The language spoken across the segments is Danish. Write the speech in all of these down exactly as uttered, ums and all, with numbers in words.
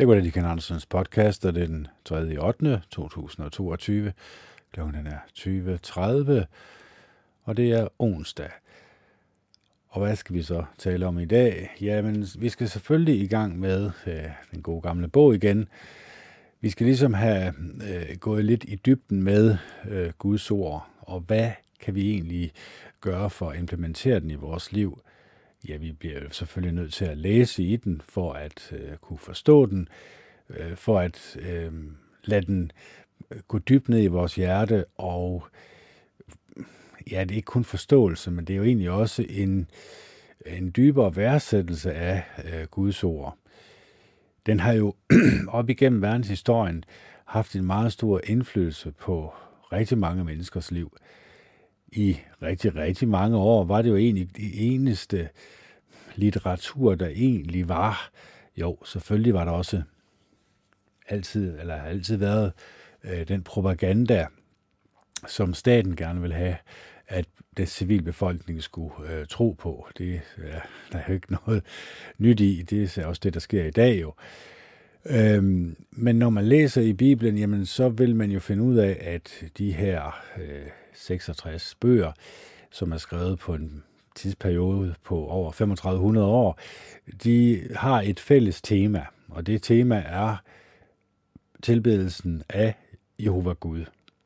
Jeg går til Ken Andersens podcast, og det er den tredje ottende to tusind og toogtyve. Klokken er tyve tredive, og det er onsdag. Og hvad skal vi så tale om i dag? Jamen, vi skal selvfølgelig i gang med øh, den gode gamle bog igen. Vi skal ligesom have øh, gået lidt i dybden med øh, Guds ord, og hvad kan vi egentlig gøre for at implementere den i vores liv? Ja, vi bliver selvfølgelig nødt til at læse i den, for at øh, kunne forstå den, øh, for at øh, lade den gå dybt ned i vores hjerte, og ja, det er ikke kun forståelse, men det er jo egentlig også en, en dybere værdsættelse af øh, Guds ord. Den har jo op igennem verdenshistorien haft en meget stor indflydelse på rigtig mange menneskers liv. I rigtig, rigtig mange år var det jo egentlig det eneste litteratur, der egentlig var. Jo, selvfølgelig var der også altid, eller har altid været øh, den propaganda, som staten gerne vil have, at den civilbefolkning skulle øh, tro på. Det ja, der er jo ikke noget nyt i. Det er også det, der sker i dag jo. Øhm, men når man læser i Bibelen, jamen, så vil man jo finde ud af, at de her øh, seksogtres bøger, som er skrevet på en tidsperiode på over femogtredive hundrede år, de har et fælles tema, og det tema er tilbedelsen af Jehova Gud.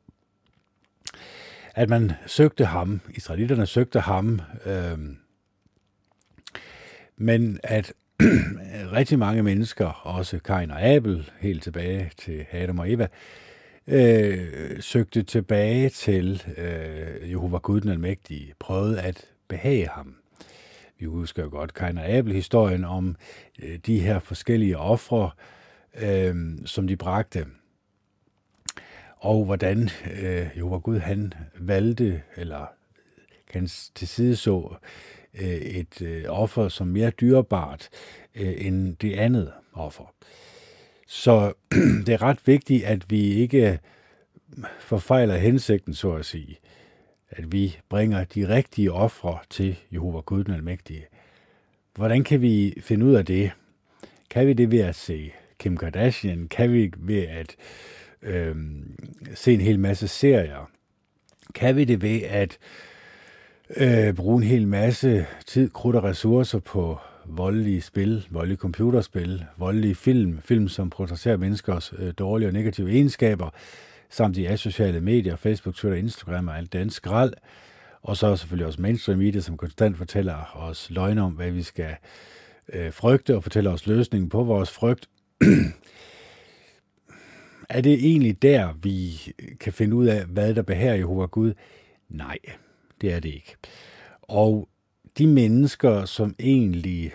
At man søgte ham, israelitterne søgte ham, øh, men at rigtig mange mennesker, også Kain og Abel, helt tilbage til Adam og Eva, øh, søgte tilbage til øh, Jehova Gud den Almægtige, prøvede at behage ham. Vi husker jo godt Kain og Abel-historien om øh, de her forskellige ofre, øh, som de bragte, og hvordan øh, Jehova Gud han valgte, eller kan tilsideså øh, et øh, offer som mere dyrebart øh, end det andet offer. Så det er ret vigtigt, at vi ikke forfejler hensigten, så at sige. At vi bringer de rigtige ofre til Jehova Gud den Almægtige. Hvordan kan vi finde ud af det? Kan vi det ved at se Kim Kardashian? Kan vi ved at øh, se en hel masse serier? Kan vi det ved at øh, bruge en hel masse tid, krudt og ressourcer på voldelige spil, voldelige computerspil, voldelige film, film som portrætterer menneskers øh, dårlige og negative egenskaber, samt de asociale medier, Facebook, Twitter, Instagram og alt det andet skrald, og så selvfølgelig også mainstream media, som konstant fortæller os løgne om, hvad vi skal øh, frygte, og fortæller os løsningen på vores frygt. Er det egentlig der, vi kan finde ud af, hvad der behager Jehova Gud? Nej, det er det ikke. Og de mennesker, som egentlig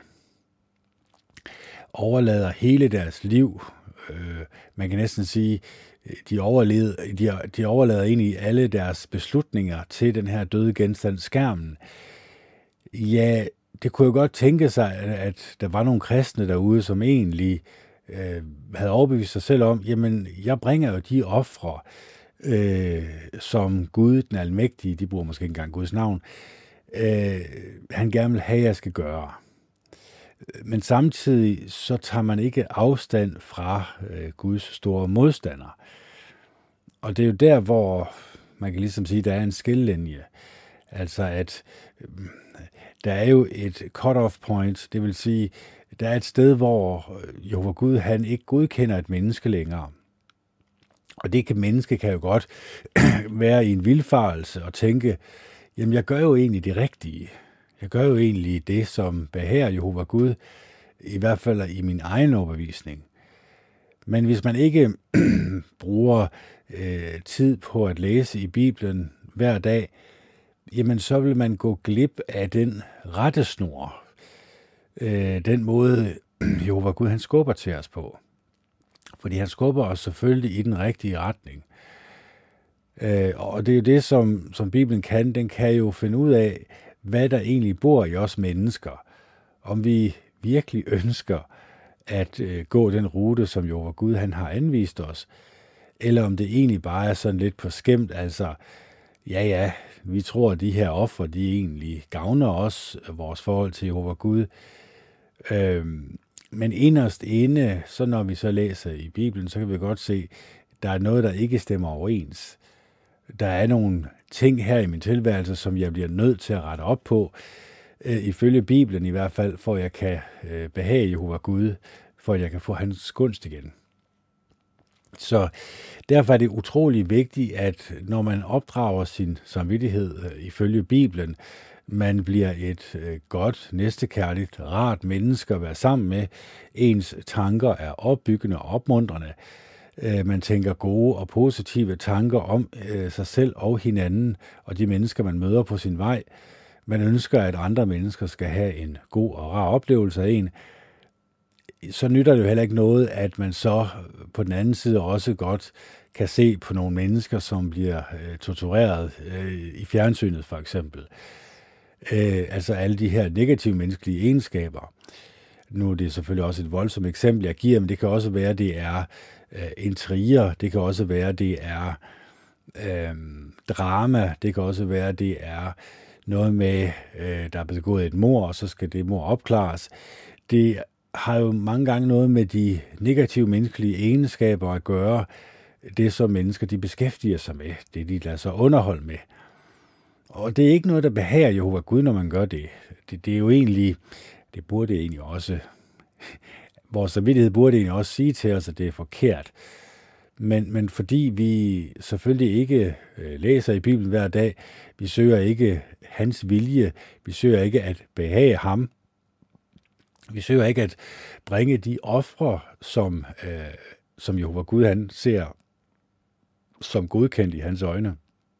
overlader hele deres liv, øh, man kan næsten sige, de, overleder, de, de overlader egentlig alle deres beslutninger til den her døde genstand, skærmen. Ja, det kunne jo godt tænke sig, at der var nogle kristne derude, som egentlig øh, havde overbevist sig selv om, jamen, jeg bringer jo de ofre, øh, som Gud, den Almægtige, de bruger måske ikke engang Guds navn, øh, han gerne vil have, at jeg skal gøre. Men samtidig så tager man ikke afstand fra øh, Guds store modstander. Og det er jo der, hvor man kan ligesom sige, at der er en skillelinje. Altså at øh, der er jo et cut-off point, det vil sige, der er et sted, hvor Jehova Gud, han ikke godkender et menneske længere. Og det kan menneske kan jo godt være i en vildfarelse og tænke, jamen jeg gør jo egentlig det rigtige. Jeg gør jo egentlig det, som behager Jehova Gud, i hvert fald i min egen overbevisning. Men hvis man ikke bruger øh, tid på at læse i Bibelen hver dag, jamen så vil man gå glip af den rettesnor, øh, den måde Jehova Gud han skubber til os på. Fordi han skubber os selvfølgelig i den rigtige retning. Øh, og det er jo det, som, som Bibelen kan. Den kan jo finde ud af, hvad der egentlig bor i os mennesker. Om vi virkelig ønsker at øh, gå den rute, som Jehova Gud han har anvist os, eller om det egentlig bare er sådan lidt på skæmt, altså, ja ja, vi tror, at de her ofre, de egentlig gavner os, vores forhold til Jehova Gud. Øhm, Men inderst inde, så når vi så læser i Bibelen, så kan vi godt se, der er noget, der ikke stemmer overens. Der er nogle ting her i min tilværelse, som jeg bliver nødt til at rette op på, øh, ifølge Bibelen i hvert fald, for at jeg kan øh, behage Jehova Gud, for at jeg kan få hans gunst igen. Så derfor er det utrolig vigtigt, at når man opdrager sin samvittighed øh, ifølge Bibelen, man bliver et øh, godt, næstekærligt, rart menneske at være sammen med. Ens tanker er opbyggende og opmuntrende. Øh, man tænker gode og positive tanker om øh, sig selv og hinanden, og de mennesker, man møder på sin vej. Man ønsker, at andre mennesker skal have en god og rar oplevelse af en. Så nytter det jo heller ikke noget, at man så på den anden side også godt kan se på nogle mennesker, som bliver øh, tortureret øh, i fjernsynet for eksempel. Øh, altså alle de her negative menneskelige egenskaber. Nu er det selvfølgelig også et voldsomt eksempel, jeg giver, men det kan også være, at det er øh, intriger, det kan også være, at det er øh, drama, det kan også være, at det er noget med, øh, der er begået et mord, og så skal det mord opklares. Det har jo mange gange noget med de negative menneskelige egenskaber at gøre, det som mennesker de beskæftiger sig med, det de lader sig underholde med. Og det er ikke noget, der behager Jehova Gud, når man gør det. Det, det er jo egentlig, det burde egentlig også, vores samvittighed burde egentlig også sige til os, at det er forkert. Men, men fordi vi selvfølgelig ikke øh, læser i Bibelen hver dag, vi søger ikke hans vilje, vi søger ikke at behage ham, vi søger ikke at bringe de ofre, som, øh, som Jehova Gud han ser som godkendt i hans øjne,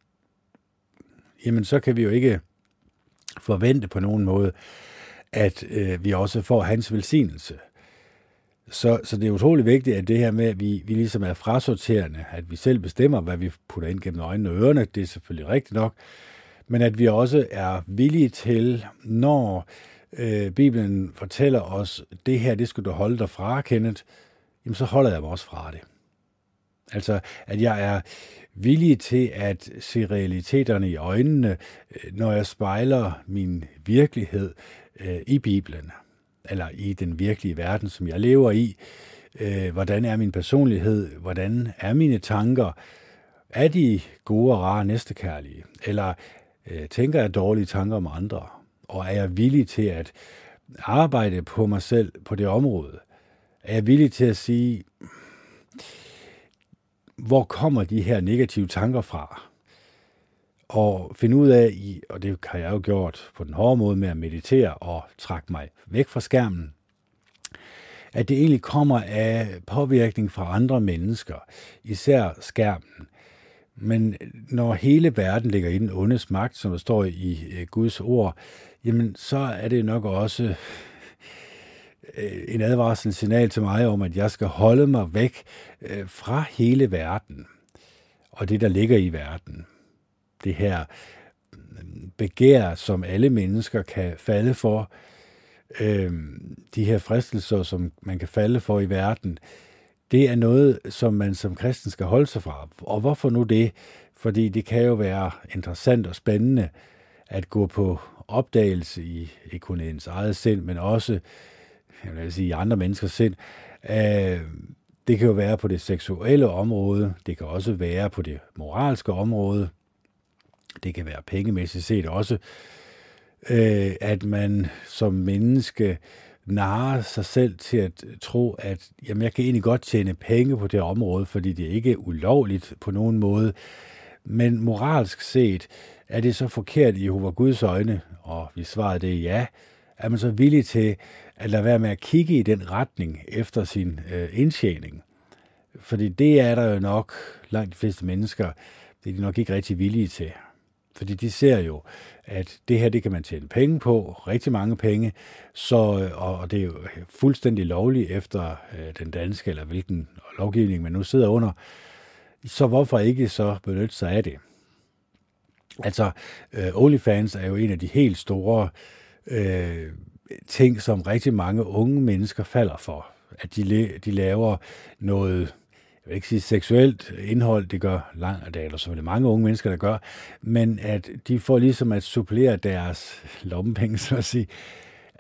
jamen så kan vi jo ikke forvente på nogen måde, at øh, vi også får hans velsignelse. Så, så det er utrolig vigtigt, at det her med, at vi, vi ligesom er frasorterende, at vi selv bestemmer, hvad vi putter ind gennem øjnene og ørerne, det er selvfølgelig rigtigt nok, men at vi også er villige til, når øh, Bibelen fortæller os, det her, det skal du holde dig fra, Kenneth, jamen så holder jeg mig også fra det. Altså, at jeg er villig til at se realiteterne i øjnene, når jeg spejler min virkelighed øh, i Bibelen, eller i den virkelige verden, som jeg lever i. Øh, hvordan er min personlighed? Hvordan er mine tanker? Er de gode og rare næstekærlige? Eller øh, tænker jeg dårlige tanker om andre? Og er jeg villig til at arbejde på mig selv på det område? Er jeg villig til at sige, hvor kommer de her negative tanker fra? Og finde ud af, og det har jeg jo gjort på den hårde måde med at meditere og trække mig væk fra skærmen, at det egentlig kommer af påvirkning fra andre mennesker, især skærmen. Men når hele verden ligger i den ondes magt, som der står i Guds ord, jamen så er det nok også en advarsel, signal til mig om, at jeg skal holde mig væk fra hele verden og det, der ligger i verden. Det her begær, som alle mennesker kan falde for, de her fristelser, som man kan falde for i verden, det er noget, som man som kristen skal holde sig fra. Og hvorfor nu det? Fordi det kan jo være interessant og spændende at gå på opdagelse i ikke kun ens eget sind, men også jeg vil sige, i andre menneskers sind. Det kan jo være på det seksuelle område, det kan også være på det moralske område, det kan være pengemæssigt set også, at man som menneske narrer sig selv til at tro, at jamen, jeg kan egentlig godt tjene penge på det område, fordi det ikke er ulovligt på nogen måde. Men moralsk set er det så forkert i Jehova Guds øjne, og vi svarede det ja, er man så villig til at lade være med at kigge i den retning efter sin øh, indtjening. Fordi det er der jo nok langt de fleste mennesker, det er de nok ikke rigtig villige til. Fordi de ser jo, at det her, det kan man tjene penge på, rigtig mange penge, så, og det er jo fuldstændig lovligt efter øh, den danske, eller hvilken lovgivning man nu sidder under, så hvorfor ikke så benytte sig af det? Altså, øh, OnlyFans er jo en af de helt store øh, ting, som rigtig mange unge mennesker falder for. At de, de laver noget, jeg vil ikke sige seksuelt indhold, det gør langt, det er der selvfølgelig mange unge mennesker, der gør, men at de får ligesom at supplere deres lommepenge, så at sige,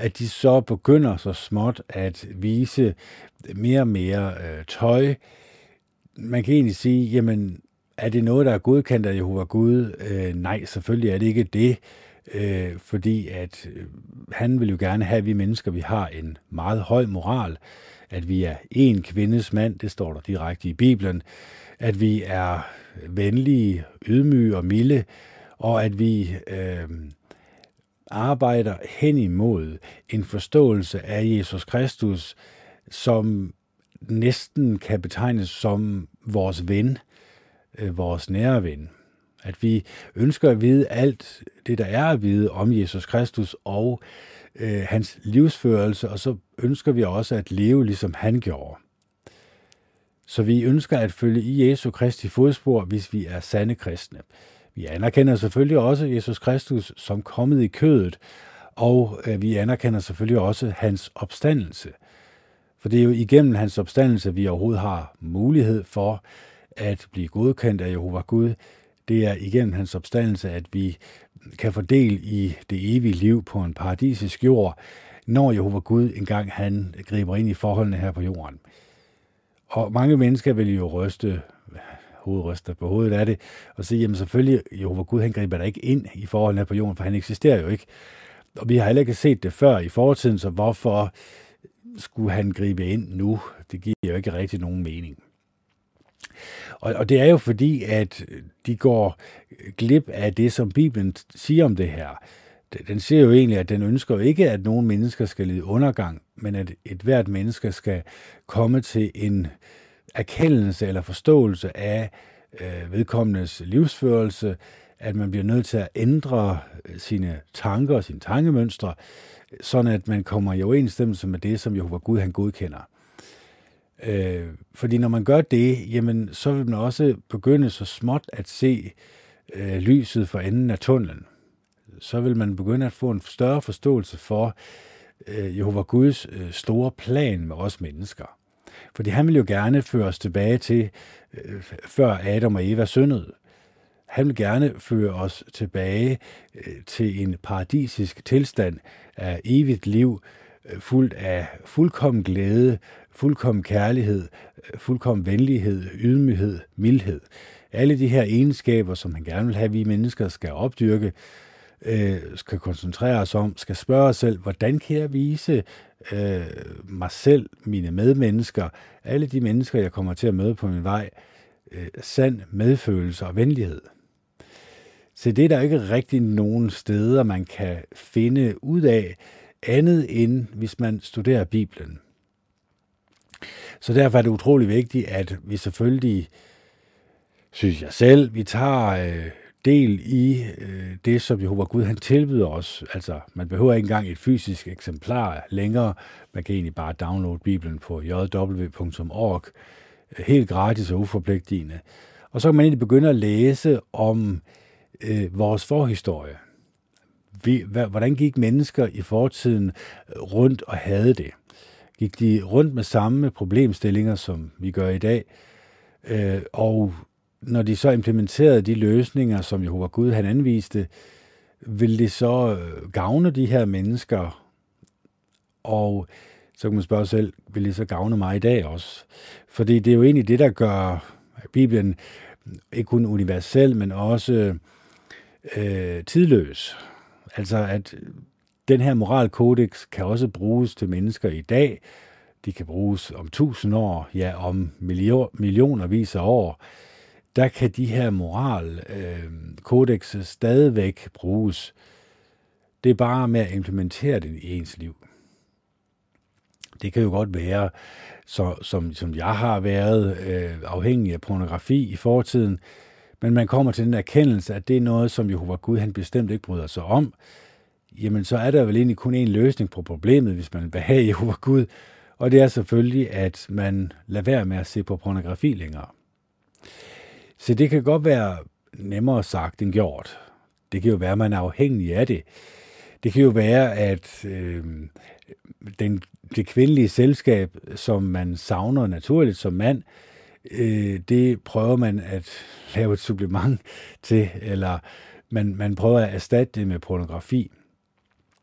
at de så begynder så småt at vise mere og mere øh, tøj. Man kan egentlig sige, jamen, er det noget, der er godkendt af Jehova Gud? Øh, nej, selvfølgelig er det ikke det, øh, fordi at øh, han vil jo gerne have, at vi mennesker, vi har en meget høj moral, at vi er en kvindes mand, det står der direkte i Bibelen, at vi er venlige, ydmyge og milde, og at vi øh, arbejder hen imod en forståelse af Jesus Kristus, som næsten kan betegnes som vores ven, øh, vores nære ven. At vi ønsker at vide alt det, der er at vide om Jesus Kristus og øh, hans livsførelse, og så ønsker vi også at leve, ligesom han gjorde. Så vi ønsker at følge i Jesu Kristi fodspor, hvis vi er sande kristne. Vi anerkender selvfølgelig også Jesus Kristus som kommet i kødet, og øh, vi anerkender selvfølgelig også hans opstandelse. For det er jo igennem hans opstandelse, vi overhovedet har mulighed for at blive godkendt af Jehova Gud. Det er igennem hans opstandelse, at vi kan få del i det evige liv på en paradisisk jord, når Jehova Gud engang han griber ind i forholdene her på jorden. Og mange mennesker vil jo ryste hovedryster på hovedet af det, og sige, jamen selvfølgelig, Jehova Gud, han griber der ikke ind i forholdene her på jorden, for han eksisterer jo ikke. Og vi har heller ikke set det før i fortiden, så hvorfor skulle han gribe ind nu? Det giver jo ikke rigtig nogen mening. Og, og det er jo fordi, at de går glip af det, som Bibelen siger om det her. Den siger jo egentlig, at den ønsker ikke, at nogen mennesker skal lide undergang, men at et hvert menneske skal komme til en erkendelse eller forståelse af øh, vedkommendes livsførelse, at man bliver nødt til at ændre sine tanker og sine tankemønstre, sådan at man kommer i overensstemmelse med det, som Jehova Gud han godkender. Øh, fordi når man gør det, jamen, så vil man også begynde så småt at se øh, lyset for enden af tunnelen. Så vil man begynde at få en større forståelse for øh, Jehova Guds øh, store plan med os mennesker. Fordi han vil jo gerne føre os tilbage til, øh, før Adam og Eva syndede. Han vil gerne føre os tilbage øh, til en paradisisk tilstand af evigt liv, øh, fuldt af fuldkommen glæde, fuldkommen kærlighed, øh, fuldkommen venlighed, ydmyghed, mildhed. Alle de her egenskaber, som han gerne vil have, vi mennesker skal opdyrke, øh, skal koncentrere os om, skal spørge os selv, hvordan kan jeg vise øh, mig selv, mine medmennesker, alle de mennesker, jeg kommer til at møde på min vej, øh, sand medfølelse og venlighed. Så det er der ikke rigtig nogen steder, man kan finde ud af, andet end hvis man studerer Bibelen. Så derfor er det utrolig vigtigt, at vi selvfølgelig, synes jeg selv, vi tager øh, del i øh, det, som Jehova Gud han tilbyder os. Altså, man behøver ikke engang et fysisk eksemplar længere. Man kan egentlig bare downloade Bibelen på j w punktum org, helt gratis og uforpligtende. Og så kan man egentlig begynde at læse om øh, vores forhistorie. Vi, hvordan gik mennesker i fortiden rundt og havde det? Gik de rundt med samme problemstillinger, som vi gør i dag? Øh, og når de så implementerede de løsninger, som Jehova Gud han anviste, vil det så gavne de her mennesker? Og så kan man spørge sig selv, vil det så gavne mig i dag også? Fordi det er jo egentlig det, der gør Bibelen ikke kun universel, men også øh, tidløs. Altså at den her moralkodex kan også bruges til mennesker i dag. De kan bruges om tusind år, ja om millionervis af år. Der kan de her moralkodexer øh, stadigvæk bruges. Det er bare med at implementere det i ens liv. Det kan jo godt være, så, som, som jeg har været øh, afhængig af pornografi i fortiden, men man kommer til den erkendelse, at det er noget, som Jehova Gud han bestemt ikke bryder sig om, jamen så er der vel egentlig kun en løsning på problemet, hvis man vil have Jehova Gud, og det er selvfølgelig, at man lader være med at se på pornografi længere. Så det kan godt være nemmere sagt end gjort. Det kan jo være, at man er afhængig af det. Det kan jo være, at øh, den, det kvindelige selskab, som man savner naturligt som mand, øh, det prøver man at lave et supplement til, eller man, man prøver at erstatte det med pornografi.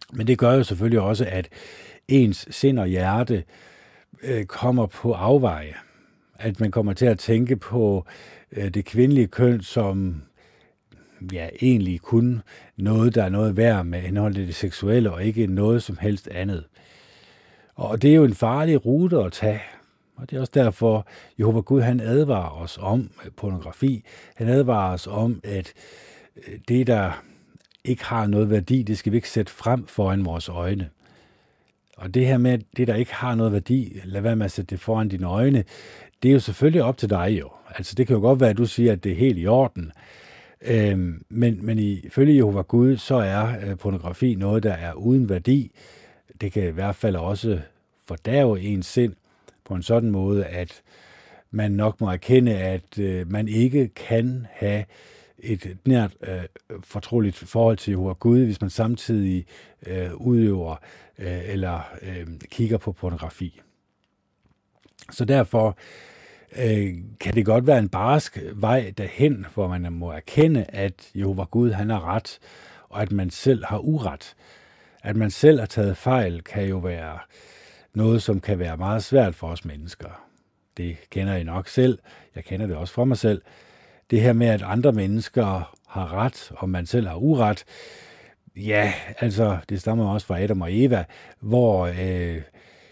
Men det gør jo selvfølgelig også, at ens sind og hjerte øh, kommer på afveje. At man kommer til at tænke på øh, det kvindelige køn som ja, egentlig kun noget, der er noget værd med henhold til det seksuelle, og ikke noget som helst andet. Og det er jo en farlig rute at tage. Og det er også derfor, Jehova Gud, han advarer os om pornografi. Han advarer os om, at det, der ikke har noget værdi, det skal vi ikke sætte frem foran vores øjne. Og det her med, det der ikke har noget værdi, lad være med at sætte det foran dine øjne, det er jo selvfølgelig op til dig jo. Altså det kan jo godt være, at du siger, at det er helt i orden. Øhm, men, men ifølge Jehova Gud, så er pornografi noget, der er uden værdi. Det kan i hvert fald også fordærve ens sind på en sådan måde, at man nok må erkende, at øh, man ikke kan have et nært øh, fortroligt forhold til Jehova Gud, hvis man samtidig øh, udøver øh, eller øh, kigger på pornografi. Så derfor øh, kan det godt være en barsk vej derhen, hvor man må erkende, at Jehova Gud, han har ret, og at man selv har uret. At man selv har taget fejl, kan jo være noget, som kan være meget svært for os mennesker. Det kender I nok selv. Jeg kender det også fra mig selv. Det her med, at andre mennesker har ret, og man selv har uret, ja, altså, det stammer også fra Adam og Eva, hvor, øh,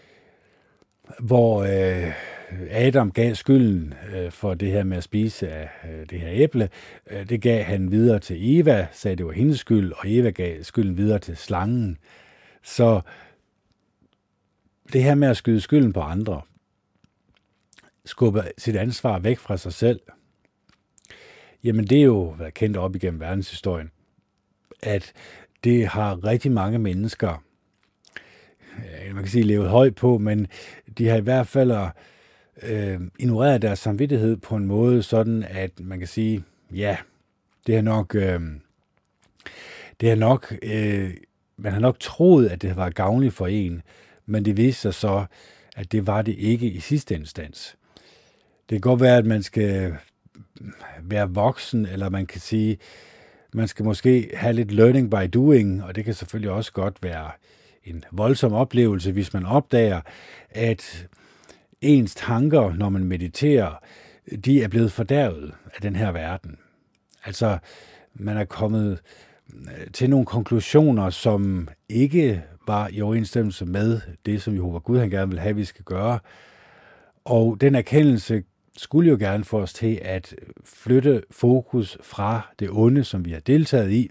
hvor øh, Adam gav skylden øh, for det her med at spise af øh, det her æble. Øh, det gav han videre til Eva, sagde det var hendes skyld, og Eva gav skylden videre til slangen. Så det her med at skyde skylden på andre, skubbe sit ansvar væk fra sig selv, jamen det er jo været kendt op igennem verdenshistorien, at det har rigtig mange mennesker, man kan sige, levet højt på, men de har i hvert fald øh, ignoreret deres samvittighed på en måde, sådan at man kan sige, ja, det er nok, øh, det er nok, øh, man har nok troet, at det var gavnligt for en, men det viste sig så, at det var det ikke i sidste instans. Det kan godt være, at man skal være voksen, eller man kan sige, man skal måske have lidt learning by doing, og det kan selvfølgelig også godt være en voldsom oplevelse, hvis man opdager, at ens tanker, når man mediterer, de er blevet fordærvet af den her verden. Altså, man er kommet til nogle konklusioner, som ikke var i overensstemmelse med det, som Jehova Gud han gerne vil have, vi skal gøre. Og den erkendelse skulle jo gerne få os til at flytte fokus fra det onde, som vi har deltaget i,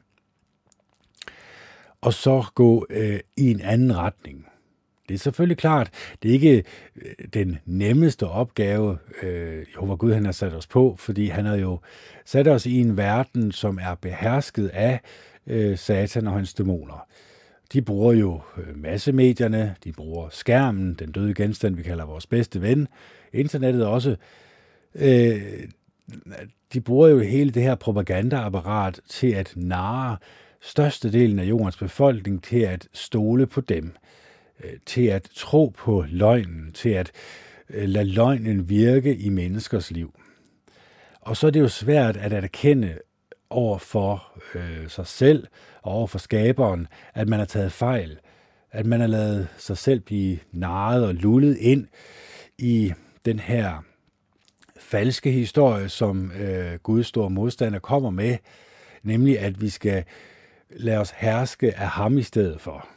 og så gå øh, i en anden retning. Det er selvfølgelig klart, det er ikke øh, den nemmeste opgave, øh, Jehova Gud han har sat os på, fordi han har jo sat os i en verden, som er behersket af øh, Satan og hans dæmoner. De bruger jo øh, massemedierne, de bruger skærmen, den døde genstand, vi kalder vores bedste ven, internettet også. Øh, de bruger jo hele det her propagandaapparat til at narre størstedelen af jordens befolkning til at stole på dem, øh, til at tro på løgnen, til at øh, lade løgnen virke i menneskers liv. Og så er det jo svært at erkende over for øh, sig selv og over for skaberen, at man har taget fejl, at man har ladet sig selv blive narret og lullet ind i den her falske historie, som øh, Guds store modstander kommer med, nemlig at vi skal lade os herske af ham i stedet for.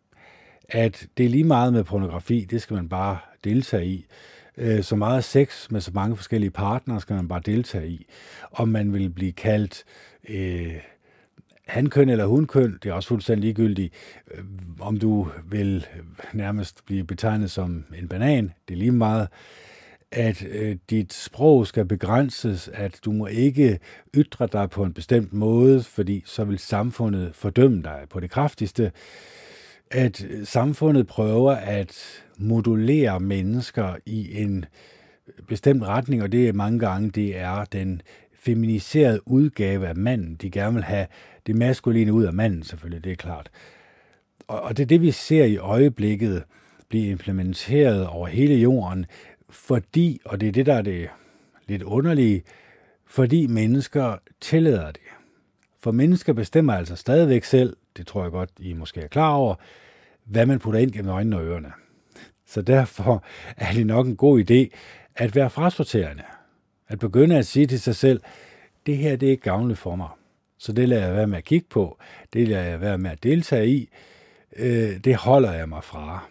At det er lige meget med pornografi, det skal man bare deltage i. Øh, så meget sex med så mange forskellige partnere skal man bare deltage i. Om man vil blive kaldt øh, hankøn eller hunkøn, det er også fuldstændig ligegyldigt. Øh, om du vil nærmest blive betegnet som en banan, det er lige meget. At øh, dit sprog skal begrænses, at du må ikke ytre dig på en bestemt måde, fordi så vil samfundet fordømme dig på det kraftigste. At samfundet prøver at modulere mennesker i en bestemt retning, og det er mange gange, det er den feminiserede udgave af manden. De gerne vil have det maskuline ud af manden, selvfølgelig, det er klart. Og, og det er det, vi ser i øjeblikket blive implementeret over hele jorden, fordi, og det er det, der er det lidt underlige, fordi mennesker tillader det. For mennesker bestemmer altså stadigvæk selv, det tror jeg godt, I måske er klar over, hvad man putter ind gennem øjnene og ørerne. Så derfor er det nok en god idé at være frasorterende. At begynde at sige til sig selv, det her det er ikke gavnligt for mig. Så det lader jeg være med at kigge på, det lader jeg være med at deltage i, øh, det holder jeg mig fra.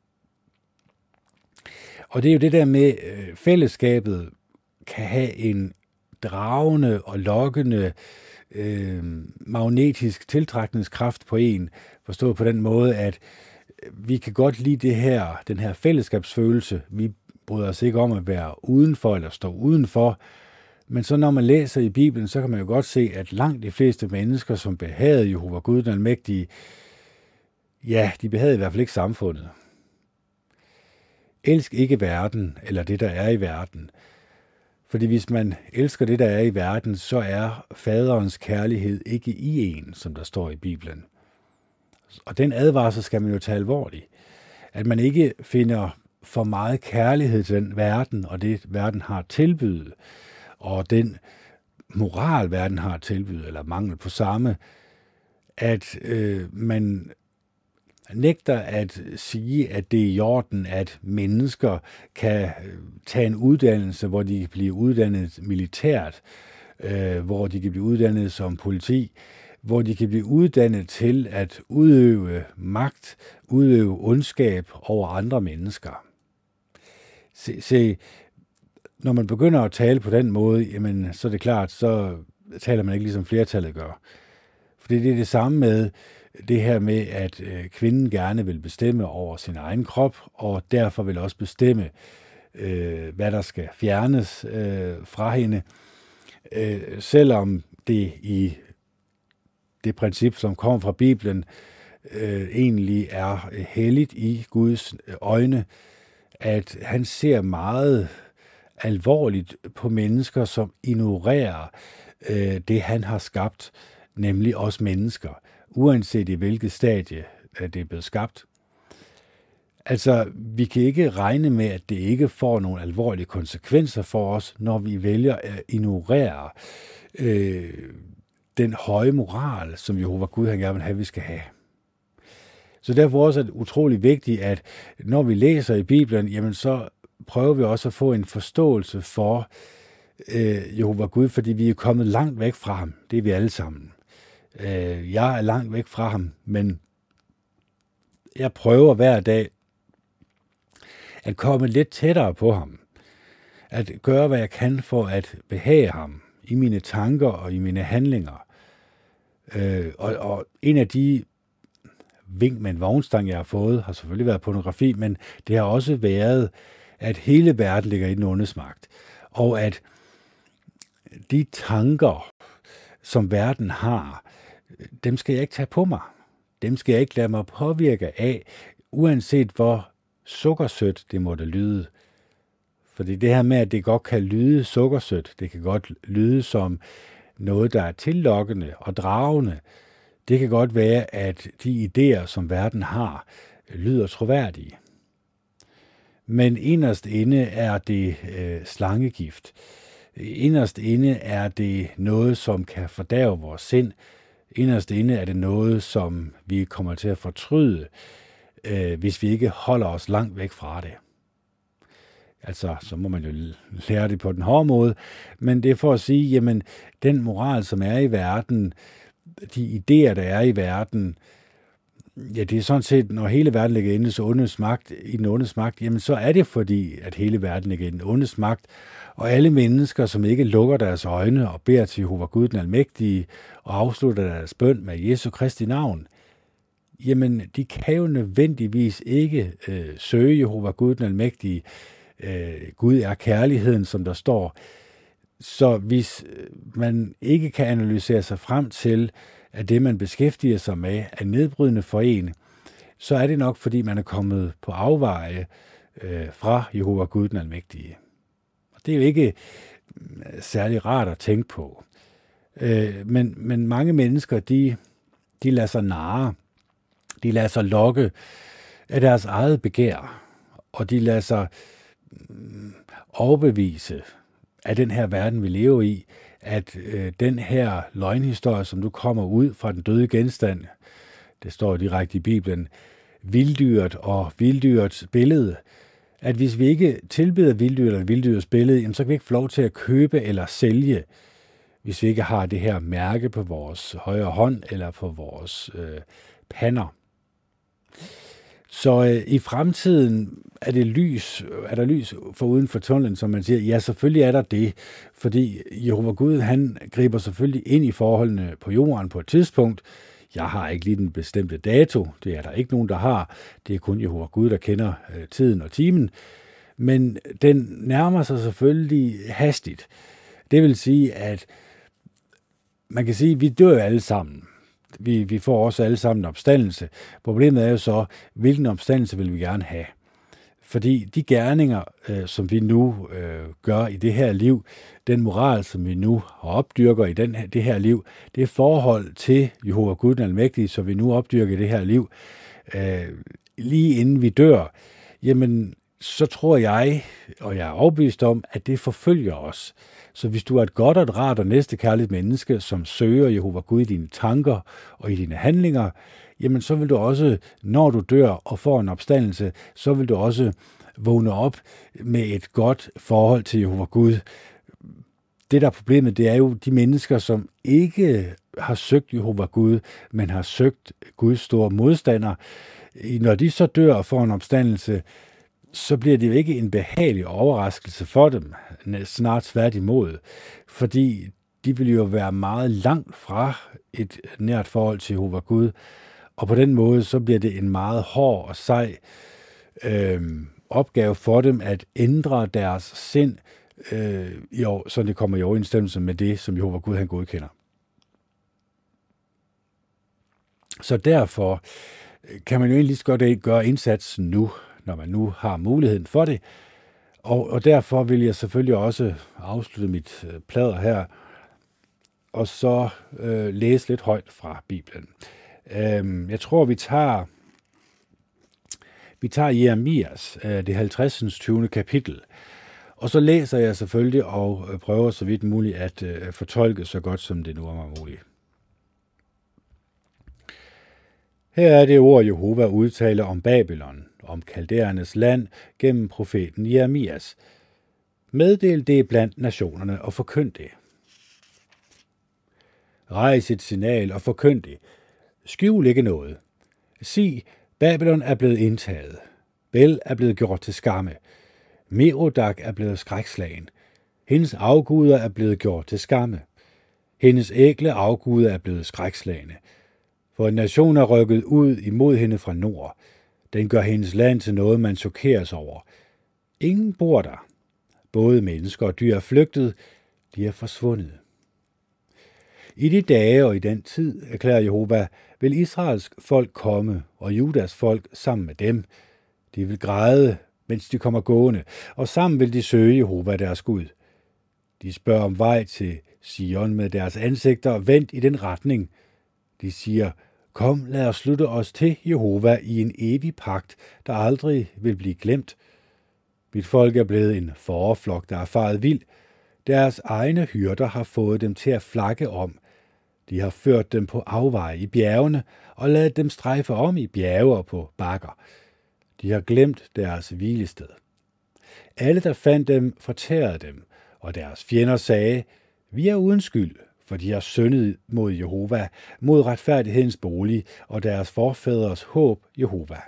Og det er jo det der med, øh, fællesskabet kan have en dragende og lokkende øh, magnetisk tiltrækningskraft på en, forstået på den måde, at vi kan godt lide det her, den her fællesskabsfølelse. Vi bryder os ikke om at være udenfor eller stå udenfor. Men så når man læser i Bibelen, så kan man jo godt se, at langt de fleste mennesker, som behagede Jehova Gud den Almægtige, ja, de behagede i hvert fald ikke samfundet. Elsk ikke verden, eller det, der er i verden. Fordi hvis man elsker det, der er i verden, så er faderens kærlighed ikke i en, som der står i Bibelen. Og den advarsel skal man jo tage alvorligt. At man ikke finder for meget kærlighed til den verden, og det verden har tilbydet, og den moral, verden har tilbydet, eller mangel på samme, at øh, man nægter at sige, at det er i orden, at mennesker kan tage en uddannelse, hvor de kan blive uddannet militært, øh, hvor de kan blive uddannet som politi, hvor de kan blive uddannet til at udøve magt, udøve ondskab over andre mennesker. Se, se når man begynder at tale på den måde, jamen, så er det klart, så taler man ikke ligesom flertallet gør. For det er det samme med det her med, at øh, kvinden gerne vil bestemme over sin egen krop, og derfor vil også bestemme, øh, hvad der skal fjernes øh, fra hende, øh, selvom det i det princip, som kommer fra Bibelen, øh, egentlig er helligt i Guds øjne, at han ser meget alvorligt på mennesker, som ignorerer øh, det, han har skabt, nemlig os mennesker, uanset i hvilket stadie det er blevet skabt. Altså, vi kan ikke regne med, at det ikke får nogle alvorlige konsekvenser for os, når vi vælger at ignorere øh, den høje moral, som Jehova Gud han gerne vil have, vi skal have. Så derfor også er det utrolig vigtigt, at når vi læser i Bibelen, jamen så prøver vi også at få en forståelse for øh, Jehova Gud, fordi vi er kommet langt væk fra ham. Det er vi alle sammen. Øh, jeg er langt væk fra ham, men jeg prøver hver dag at komme lidt tættere på ham. At gøre, hvad jeg kan for at behage ham i mine tanker og i mine handlinger. Øh, og, og en af de vink med en vognstang, jeg har fået, har selvfølgelig været pornografi, men det har også været, at hele verden ligger i den ondes magt. Og at de tanker, som verden har, dem skal jeg ikke tage på mig. Dem skal jeg ikke lade mig påvirke af, uanset hvor sukkersødt det måtte lyde. Fordi det her med, at det godt kan lyde sukkersødt, det kan godt lyde som noget, der er tillokkende og dragende. Det kan godt være, at de idéer, som verden har, lyder troværdige. Men inderst inde er det øh, slangegift. Inderst inde er det noget, som kan fordærve vores sind. Inderst inde er det noget, som vi kommer til at fortryde, øh, hvis vi ikke holder os langt væk fra det. Altså, så må man jo lære det på den hårde måde. Men det er for at sige, jamen, den moral, som er i verden, de idéer, der er i verden, ja, det er sådan set, når hele verden ligger inde så ondes magt, i den ondes magt, jamen så er det fordi, at hele verden ligger i den ondes magt, og alle mennesker, som ikke lukker deres øjne og beder til Jehova Gud den Almægtige, og afslutter deres bøn med Jesu Kristi navn, jamen de kan jo nødvendigvis ikke øh, søge Jehova Gud den Almægtige. Øh, Gud er kærligheden, som der står. Så hvis man ikke kan analysere sig frem til, at det, man beskæftiger sig med, er nedbrydende for en, så er det nok, fordi man er kommet på afveje øh, fra Jehova Gud den Almægtige. Og det er jo ikke særlig rart at tænke på. Øh, men, men mange mennesker, de, de lader sig narre, de lader sig lokke af deres eget begær, og de lader sig øh, overbevise af den her verden, vi lever i, at øh, den her løgnhistorie, som du kommer ud fra den døde genstand, det står direkte i Bibelen, vilddyret og vilddyrets billede, at hvis vi ikke tilbeder vilddyret eller vilddyrets billede, jamen så kan vi ikke få lov til at købe eller sælge, hvis vi ikke har det her mærke på vores højre hånd eller på vores øh, pander. Så øh, i fremtiden er det lys, er der lys for uden for tunnelen, som man siger. Ja, selvfølgelig er der det, fordi Jehova Gud, han griber selvfølgelig ind i forholdene på jorden på et tidspunkt. Jeg har ikke lige den bestemte dato, det er der ikke nogen, der har. Det er kun Jehova Gud, der kender øh, tiden og timen. Men den nærmer sig selvfølgelig hastigt. Det vil sige, at man kan sige, at vi dør alle sammen. Vi, vi får også alle sammen en opstandelse. Problemet er jo så, hvilken opstandelse vil vi gerne have? Fordi de gerninger, øh, som vi nu øh, gør i det her liv, den moral, som vi nu opdyrker i den her, det her liv, det er forhold til Jehova Gud den Almægtige, som vi nu opdyrker i det her liv, øh, lige inden vi dør, jamen så tror jeg, og jeg er overbevist om, at det forfølger os. Så hvis du er et godt og et rart og næstekærligt menneske, som søger Jehova Gud i dine tanker og i dine handlinger, jamen så vil du også, når du dør og får en opstandelse, så vil du også vågne op med et godt forhold til Jehova Gud. Det der er problemet, det er jo de mennesker, som ikke har søgt Jehova Gud, men har søgt Guds store modstander. Når de så dør og får en opstandelse, så bliver det jo ikke en behagelig overraskelse for dem, snart tværtimod, fordi de vil jo være meget langt fra et nært forhold til Jehova Gud, og på den måde så bliver det en meget hård og sej øh, opgave for dem at ændre deres sind, øh, i år, så det kommer i overensstemmelse med det, som Jehova Gud han godkender. Så derfor kan man jo egentlig godt gøre indsatsen nu, når man nu har muligheden for det. Og, og derfor vil jeg selvfølgelig også afslutte mit øh, plader her, og så øh, læse lidt højt fra Bibelen. Øh, jeg tror, vi tager, vi tager Jeremias, øh, det halvtreds tyvende kapitel, og så læser jeg selvfølgelig og øh, prøver så vidt muligt at øh, fortolke så godt, som det nu er mig muligt. Her er det ord, Jehova udtaler om Babylon, om kaldæernes land, gennem profeten Jeremias. Meddel det blandt nationerne og forkynd det. Rejs et signal og forkynd det. Skjul ikke noget. Sig, Babylon er blevet indtaget. Bel er blevet gjort til skamme. Merodak er blevet skrækslagen. Hendes afguder er blevet gjort til skamme. Hendes ægle afguder er blevet skrækslagende. For en nation er rykket ud imod hende fra nord. Den gør hendes land til noget, man chokeres over. Ingen bor der. Både mennesker og dyr er flygtet. De er forsvundet. I de dage og i den tid, erklærer Jehova, vil Israels folk komme, og Judas folk sammen med dem. De vil græde, mens de kommer gående, og sammen vil de søge Jehova deres Gud. De spørger om vej til Sion med deres ansigter vendt i den retning. De siger, kom, lad os slutte os til Jehova i en evig pagt, der aldrig vil blive glemt. Mit folk er blevet en fåreflok, der er faret vild. Deres egne hyrder har fået dem til at flakke om. De har ført dem på afveje i bjergene og ladet dem strejfe om i bjerge og på bakker. De har glemt deres hvilested. Alle, der fandt dem, fortærede dem, og deres fjender sagde, vi er uden skyld, for de har syndet mod Jehova, mod retfærdighedens bolig og deres forfædres håb, Jehova.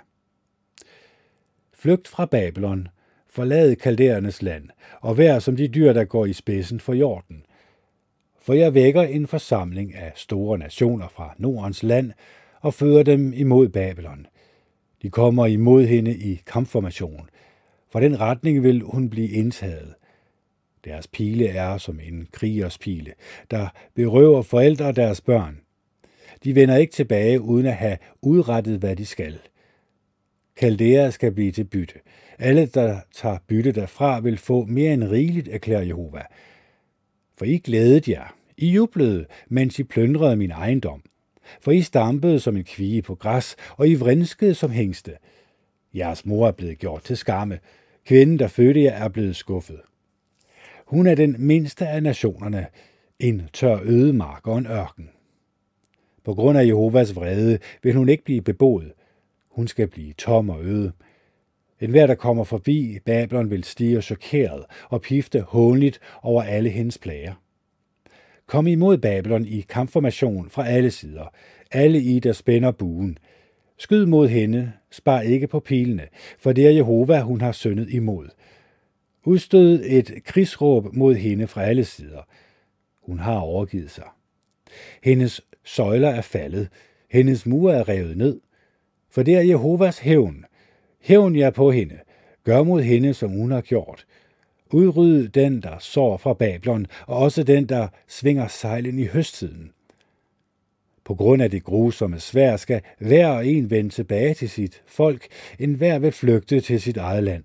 Flygt fra Babylon, forlad kaldæernes land, og vær som de dyr, der går i spidsen for jorden. For jeg vækker en forsamling af store nationer fra Nordens land og fører dem imod Babylon. De kommer imod hende i kampformation. For den retning vil hun blive indtaget. Deres pile er som en krigers pile, der berøver forældre og deres børn. De vender ikke tilbage uden at have udrettet, hvad de skal. Kaldæer skal blive til bytte. Alle, der tager bytte derfra, vil få mere end rigeligt, erklærer Jehova. For I glædede jer. I jublede, mens I plyndrede min ejendom. For I stampede som en kvie på græs, og I vrinskede som hængste. Jeres mor er blevet gjort til skamme. Kvinden, der fødte jer, er blevet skuffet. Hun er den mindste af nationerne, en tør ødemark og en ørken. På grund af Jehovas vrede vil hun ikke blive beboet. Hun skal blive tom og øde. En hver, der kommer forbi Babylon, vil stige chokeret og pifte hånligt over alle hendes plager. Kom imod Babylon i kampformation fra alle sider. Alle I, der spænder buen. Skyd mod hende, spar ikke på pilene, for det er Jehova, hun har syndet imod. Udstød et krigsråb mod hende fra alle sider. Hun har overgivet sig. Hendes søjler er faldet, hendes mure er revet ned, for det er Jehovas hævn. Hævn jer på hende, gør mod hende, som hun har gjort. Udryd den, der sår fra Babylon, og også den, der svinger sejlen i høsttiden. På grund af det grusomme svær skal hver og en vende tilbage til sit folk, en hver vil flygte til sit eget land.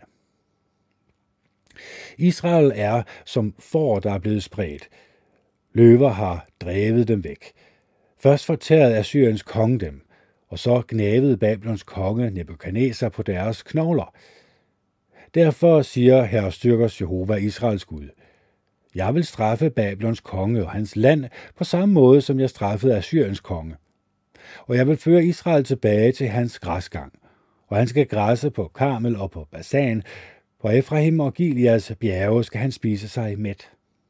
Israel er som får, der er blevet spredt. Løver har drevet dem væk. Først fortærede Assyriens konge dem, og så gnavede Babylons konge Nebukadnesar på deres knogler. Derfor siger Herrestyrkers Jehova, Israels Gud: Jeg vil straffe Babylons konge og hans land på samme måde, som jeg straffede Assyriens konge. Og jeg vil føre Israel tilbage til hans græsgang, og han skal græsse på Karmel og på Basan. På Efraim og Gileads bjerge skal han spise sig mæt.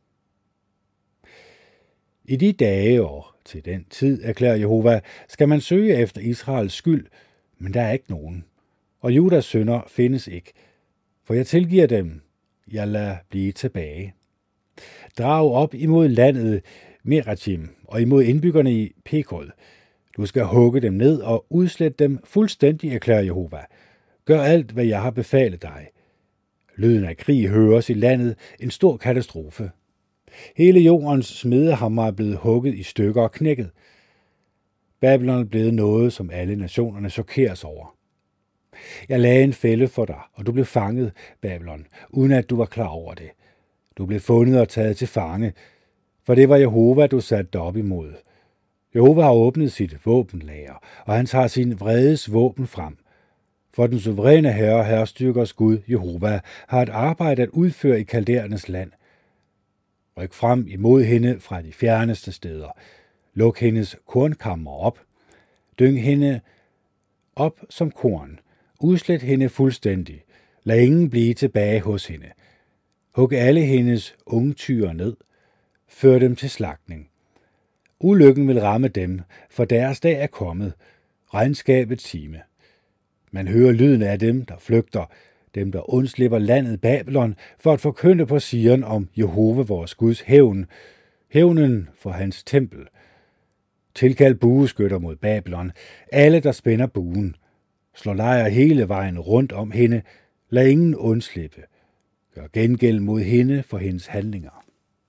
I de dage og til den tid, erklærer Jehova, skal man søge efter Israels skyld, men der er ikke nogen. Og Judas synder findes ikke, for jeg tilgiver dem, jeg lader blive tilbage. Drag op imod landet Merachim og imod indbyggerne i Pekod. Du skal hugge dem ned og udslette dem fuldstændig, erklærer Jehova. Gør alt, hvad jeg har befalet dig. Lyden af krig høres i landet, en stor katastrofe. Hele jordens smedehammer er blevet hugget i stykker og knækket. Babylon er blevet noget, som alle nationerne chokeres over. Jeg lagde en fælde for dig, og du blev fanget, Babylon, uden at du var klar over det. Du blev fundet og taget til fange, for det var Jehova, du satte dig op imod. Jehova har åbnet sit våbenlager, og han tager sin vredes våben frem. For den suveræne herre, herrestyrkers Gud, Jehova, har et arbejde at udføre i kaldæernes land. Ryk frem imod hende fra de fjerneste steder. Luk hendes kornkammer op. Dyng hende op som korn. Udslet hende fuldstændig. Lad ingen blive tilbage hos hende. Hug alle hendes ungtyre ned. Før dem til slagtning. Ulykken vil ramme dem, for deres dag er kommet. Regnskabets time. Man hører lyden af dem, der flygter, dem, der undslipper landet Babylon, for at forkynde på Sion om Jehova, vores Guds hævn, hævnen for hans tempel. Tilkald bueskytter mod Babylon, alle, der spænder buen. Slå lejr hele vejen rundt om hende, lad ingen undslippe. Gør gengæld mod hende for hendes handlinger.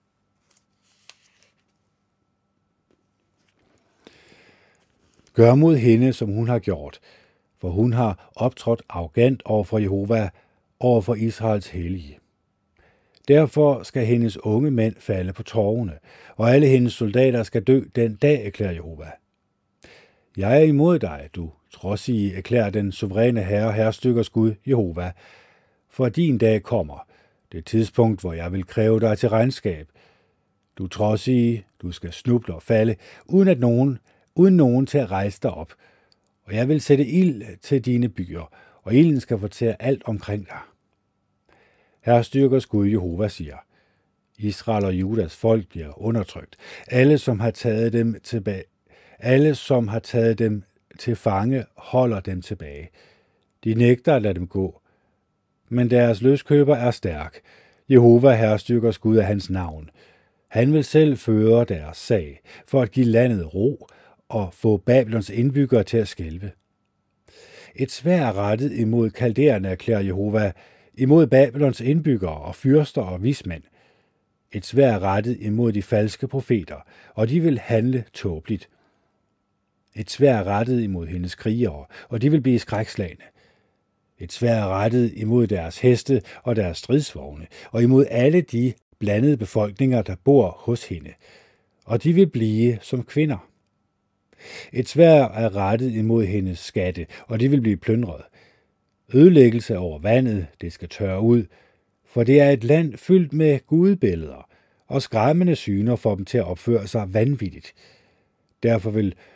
Gør mod hende, som hun har gjort, for hun har optrådt arrogant over for Jehova, over for Israels hellige. Derfor skal hendes unge mænd falde på torvene, og alle hendes soldater skal dø den dag, erklærer Jehova. Jeg er imod dig, du trodsige, erklærer den suveræne herre, herrestyrkers Gud, Jehova, for din dag kommer, det tidspunkt, hvor jeg vil kræve dig til regnskab. Du trodsige, du skal snuble og falde, uden at nogen, uden nogen til at rejse dig op, og jeg vil sætte ild til dine byer, og ilden skal fortære alt omkring dig. Herrestyrkers Gud Jehova siger: Israel og Judas folk bliver undertrykt. Alle, som har taget dem tilbage, alle, som har taget dem til fange, holder dem tilbage. De nægter at lade dem gå. Men deres løskøber er stærk. Jehova, Herrestyrkers Gud, er hans navn. Han vil selv føre deres sag, for at give landet ro og få Babylons indbyggere til at skælve. Et sværd rettet imod kaldæerne, erklærer Jehova, imod Babylons indbyggere og fyrster og vismænd. Et sværd rettet imod de falske profeter, og de vil handle tåbeligt. Et sværd rettet imod hendes krigere, og de vil blive skrækslagne. Et sværd rettet imod deres heste og deres stridsvogne, og imod alle de blandede befolkninger, der bor hos hende, og de vil blive som kvinder. Et sværd er rettet imod hendes skatte, og de vil blive plyndret. Ødelæggelse over vandet, det skal tørre ud, for det er et land fyldt med gudebilleder, og skræmmende syner får dem til at opføre sig vanvittigt. Derfor vil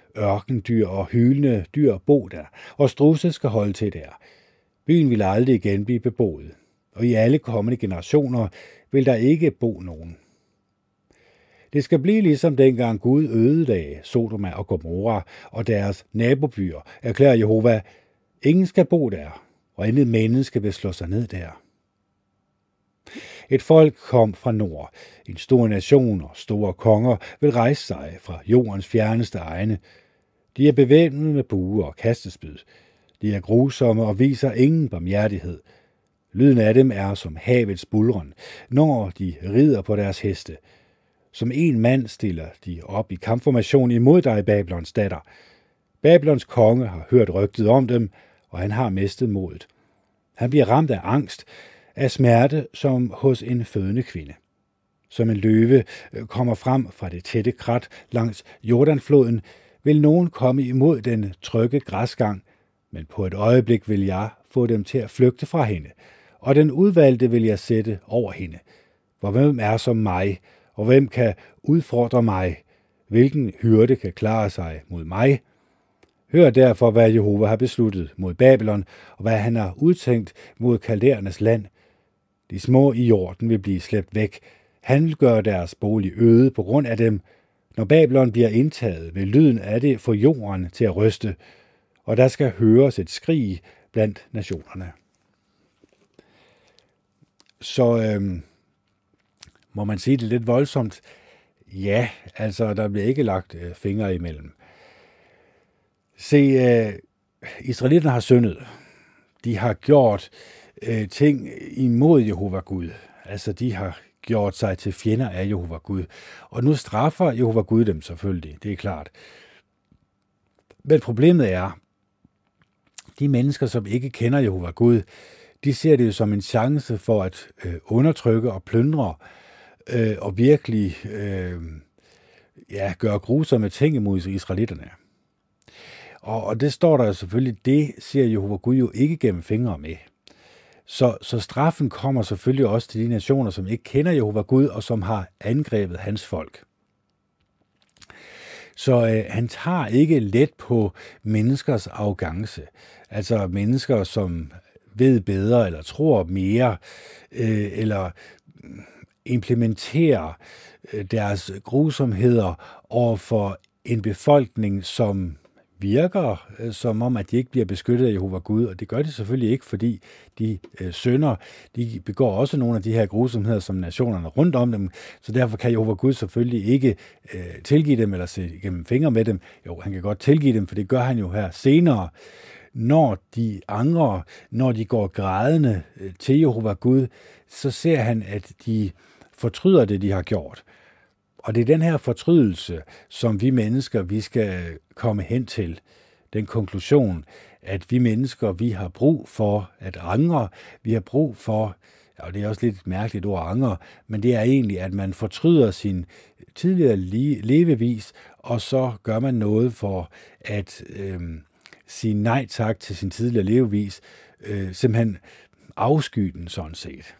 ørkendyr og hylende dyr bo der, og strudse skal holde til der. Byen vil aldrig igen blive beboet, og i alle kommende generationer vil der ikke bo nogen. Det skal blive ligesom dengang Gud ødelagde Sodoma og Gomorra og deres nabobyer, erklærer Jehova, ingen skal bo der, og intet menneske vil slå sig ned der. Et folk kom fra nord, en stor nation og store konger vil rejse sig fra jordens fjerneste egne. De er bevæbnet med bue og kastespyd. De er grusomme og viser ingen barmhjertighed. Lyden af dem er som havets bulren, når de rider på deres heste. Som en mand stiller de op i kampformation imod dig, Babylons datter. Babylons konge har hørt rygtet om dem, og han har mistet modet. Han bliver ramt af angst, af smerte som hos en fødende kvinde. Som en løve kommer frem fra det tætte krat langs Jordanfloden, vil nogen komme imod den trygge græsgang, men på et øjeblik vil jeg få dem til at flygte fra hende, og den udvalgte vil jeg sætte over hende. For hvem er som mig, og hvem kan udfordre mig? Hvilken hyrde kan klare sig mod mig? Hør derfor, hvad Jehova har besluttet mod Babylon, og hvad han har udtænkt mod kaldæernes land. De små i jorden vil blive slæbt væk. Han vil gøre deres bolig øde på grund af dem. Når Babylon bliver indtaget, vil lyden af det få jorden til at ryste, og der skal høres et skrig blandt nationerne. Så øhm, må man sige det lidt voldsomt. Ja, altså der bliver ikke lagt øh, fingre imellem. Se, øh, israelitterne har syndet. De har gjort øh, ting imod Jehova Gud. Altså de har gjort sig til fjender af Jehova Gud. Og nu straffer Jehova Gud dem selvfølgelig, det er klart. Men problemet er, de mennesker, som ikke kender Jehova Gud, de ser det jo som en chance for at øh, undertrykke og plyndre øh, og virkelig øh, ja, gøre grusomme ting imod israelitterne. Og, og det står der selvfølgelig, det ser Jehova Gud jo ikke gennem fingre med. Så, så straffen kommer selvfølgelig også til de nationer, som ikke kender Jehova Gud, og som har angrebet hans folk. Så øh, han tager ikke let på menneskers arrogance. Altså mennesker, som ved bedre, eller tror mere, øh, eller implementerer øh, deres grusomheder over for en befolkning, som virker øh, som om, at de ikke bliver beskyttet af Jehova Gud, og det gør de selvfølgelig ikke, fordi de øh, synder, de begår også nogle af de her grusomheder som nationerne rundt om dem, så derfor kan Jehova Gud selvfølgelig ikke øh, tilgive dem, eller se gennem fingre med dem. Jo, han kan godt tilgive dem, for det gør han jo her senere, når de angrer, når de går grædende øh, til Jehova Gud, så ser han, at de fortryder det, de har gjort. Og det er den her fortrydelse, som vi mennesker, vi skal komme hen til. Den konklusion, at vi mennesker, vi har brug for at angre. Vi har brug for, og det er også lidt et mærkeligt ord angre, men det er egentlig, at man fortryder sin tidligere levevis, og så gør man noget for at øh, sige nej tak til sin tidligere levevis. Øh, simpelthen afsky den sådan set.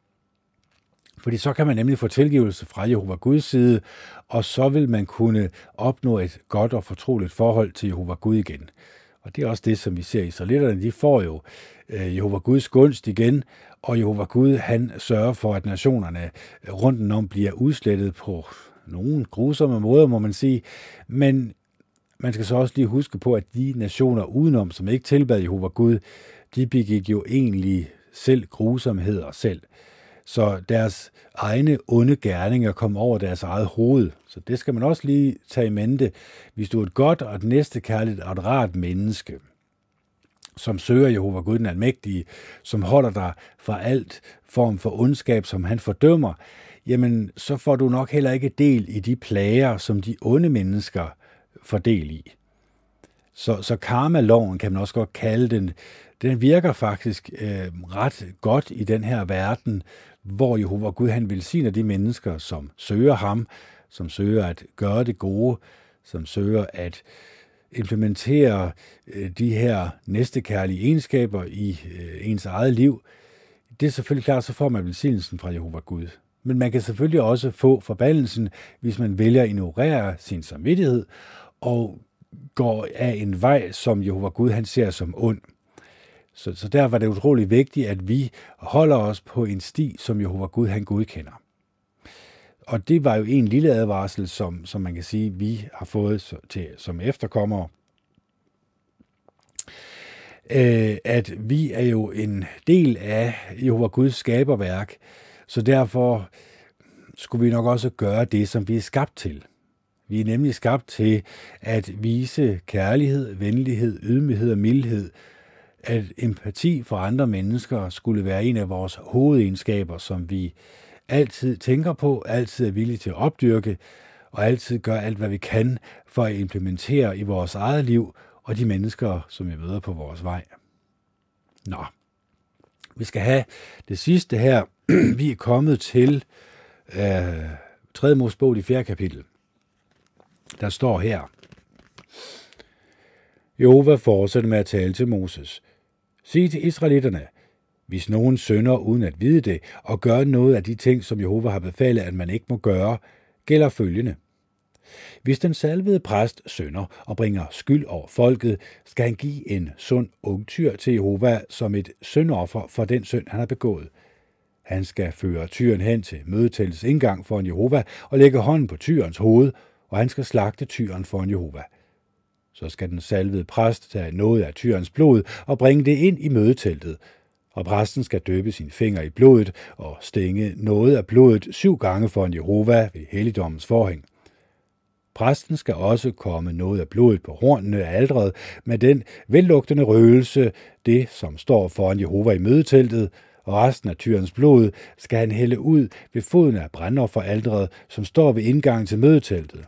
Fordi så kan man nemlig få tilgivelse fra Jehova Guds side, og så vil man kunne opnå et godt og fortroligt forhold til Jehova Gud igen. Og det er også det, som vi ser i israelitterne. De får jo øh, Jehova Guds gunst igen, og Jehova Gud, han sørger for, at nationerne rundt om bliver udslettet på nogle grusomme måder, må man sige. Men man skal så også lige huske på, at de nationer udenom, som ikke tilbad Jehova Gud, de begik jo egentlig selv grusomheder selv. Så deres egne onde gerninger kom over deres eget hoved. Så det skal man også lige tage i mente, hvis du er et godt og et næstekærligt og et rart menneske, som søger Jehova Gud den almægtige, som holder dig fra alt form for ondskab, som han fordømmer, jamen så får du nok heller ikke del i de plager, som de onde mennesker får del i. Så, så karma-loven kan man også godt kalde den. Den virker faktisk øh, ret godt i den her verden, hvor Jehova Gud han velsigner de mennesker, som søger ham, som søger at gøre det gode, som søger at implementere øh, de her næstekærlige egenskaber i øh, ens eget liv. Det er selvfølgelig klart, så får man velsignelsen fra Jehova Gud. Men man kan selvfølgelig også få forbandelsen, hvis man vælger at ignorere sin samvittighed og går af en vej, som Jehova Gud han ser som ond. Så, så derfor er det utrolig vigtigt, at vi holder os på en sti, som Jehova Gud han godkender. Og det var jo en lille advarsel, som, som man kan sige, vi har fået til, som efterkommere. Øh, at vi er jo en del af Jehova Guds skaberværk, så derfor skulle vi nok også gøre det, som vi er skabt til. Vi er nemlig skabt til at vise kærlighed, venlighed, ydmyghed og mildhed. At empati for andre mennesker skulle være en af vores hovedegenskaber, som vi altid tænker på, altid er villige til at opdyrke, og altid gør alt, hvad vi kan for at implementere i vores eget liv og de mennesker, som vi møder på vores vej. Nå, vi skal have det sidste her. Vi er kommet til øh, tredje Mosebog i fjerde kapitel. Der står her: Jehova fortsætter med at tale til Moses. Sig til israelitterne, hvis nogen synder uden at vide det, og gør noget af de ting, som Jehova har befalet, at man ikke må gøre, gælder følgende. Hvis den salvede præst synder og bringer skyld over folket, skal han give en sund ungtyr til Jehova som et syndoffer for den synd, han har begået. Han skal føre tyren hen til mødetællets indgang foran Jehova og lægge hånden på tyrens hoved, og han skal slagte tyren foran Jehova. Så skal den salvede præst tage noget af tyrens blod og bringe det ind i mødeteltet, og præsten skal døbe sine fingre i blodet og stænge noget af blodet syv gange foran Jehova ved helligdommens forhæng. Præsten skal også komme noget af blodet på hornene af alteret med den vellugtende røgelse, det som står foran Jehova i mødeteltet, og resten af tyrens blod skal han hælde ud ved foden af brandofferalteret, som står ved indgangen til mødeteltet.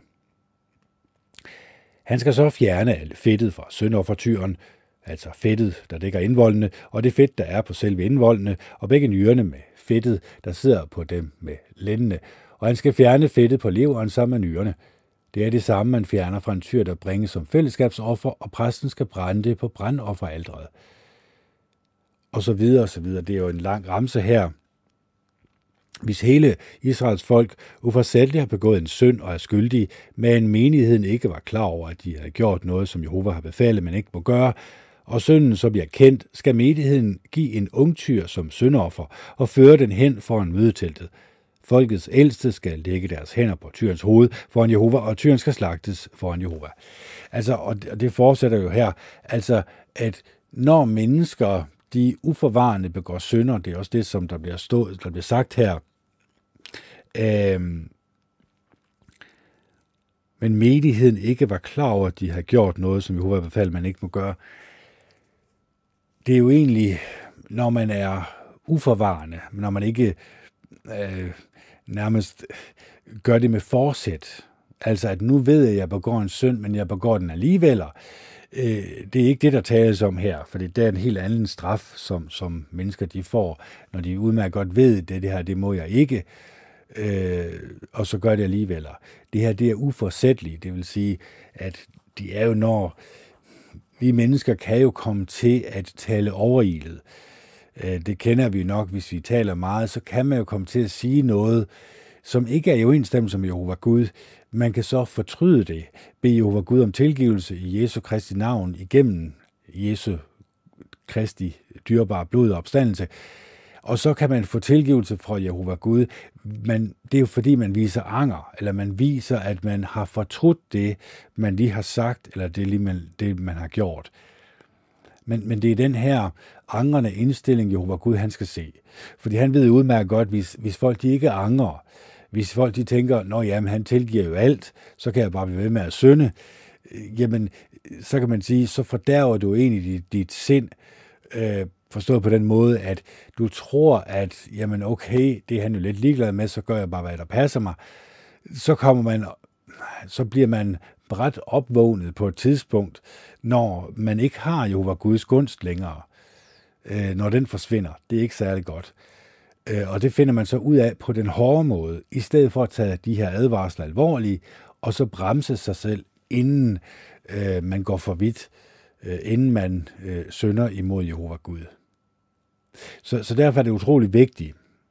Han skal så fjerne alt fedtet fra syndoffertyren, altså fedtet, der dækker indvoldene, og det fedt, der er på selve indvoldene, og begge nyrerne med fedtet, der sidder på dem med lændene. Og han skal fjerne fedtet på leveren sammen med nyrerne. Det er det samme, man fjerner fra en tyr, der bringes som fællesskabsoffer, og præsten skal brænde det på brandofferalteret. Og så videre, og så videre. Det er jo en lang ramse her. Hvis hele Israels folk uforsætteligt har begået en synd og er skyldige, men menigheden ikke var klar over, at de havde gjort noget, som Jehova har befalet, men ikke må gøre, og synden så bliver kendt, skal menigheden give en ungtyr som syndoffer og føre den hen foran mødeteltet. Folkets ældste skal lægge deres hænder på tyrens hoved foran Jehova, og tyren skal slagtes foran Jehova. Altså, og det fortsætter jo her, altså, at når mennesker, de uforvarende begår synder, det er også det, som der bliver, stået, der bliver sagt her, øhm, men menigheden ikke var klar over, at de har gjort noget, som Jehova befaler, man ikke må gøre. Det er jo egentlig, når man er uforvarende, når man ikke øh, nærmest gør det med forsæt. Altså, at nu ved jeg, at jeg begår en synd, men jeg begår den alligevel. Øh, det er ikke det, der tales om her, for det er en helt anden straf, som, som mennesker de får, når de udmærket godt ved, at det, det her, det må jeg ikke, øh, og så gør det alligevel. Det her, det er uforsætligt, det vil sige, at de er jo, når vi mennesker kan jo komme til at tale overilet. Det kender vi nok, hvis vi taler meget, så kan man jo komme til at sige noget, som ikke er i overensstemmelse med Jehova Gud. Man kan så fortryde det, bede Jehova Gud om tilgivelse i Jesu Kristi navn igennem Jesu Kristi dyrebare blod og opstandelse. Og så kan man få tilgivelse fra Jehova Gud, men det er jo fordi, man viser anger, eller man viser, at man har fortrudt det, man lige har sagt, eller det, lige man, det man har gjort. Men, men det er den her angrende indstilling, Jehova Gud han skal se. Fordi han ved udmærket godt, hvis, hvis folk de ikke angrer, hvis folk de tænker, nå jamen, han tilgiver jo alt, så kan jeg bare blive ved med at synde, jamen, så kan man sige, så fordærver du egentlig dit, dit sind, øh, forstået på den måde, at du tror, at jamen okay, det er han jo lidt ligeglad med, så gør jeg bare, hvad der passer mig. Så kommer man, så bliver man bræt opvågnet på et tidspunkt, når man ikke har Jehova Guds gunst længere. Øh, når den forsvinder. Det er ikke særlig godt. Øh, og det finder man så ud af på den hårde måde, i stedet for at tage de her advarsler alvorlige, og så bremse sig selv, inden øh, man går for vidt, øh, inden man øh, synder imod Jehova Gud. Så, så derfor er det utroligt vigtigt,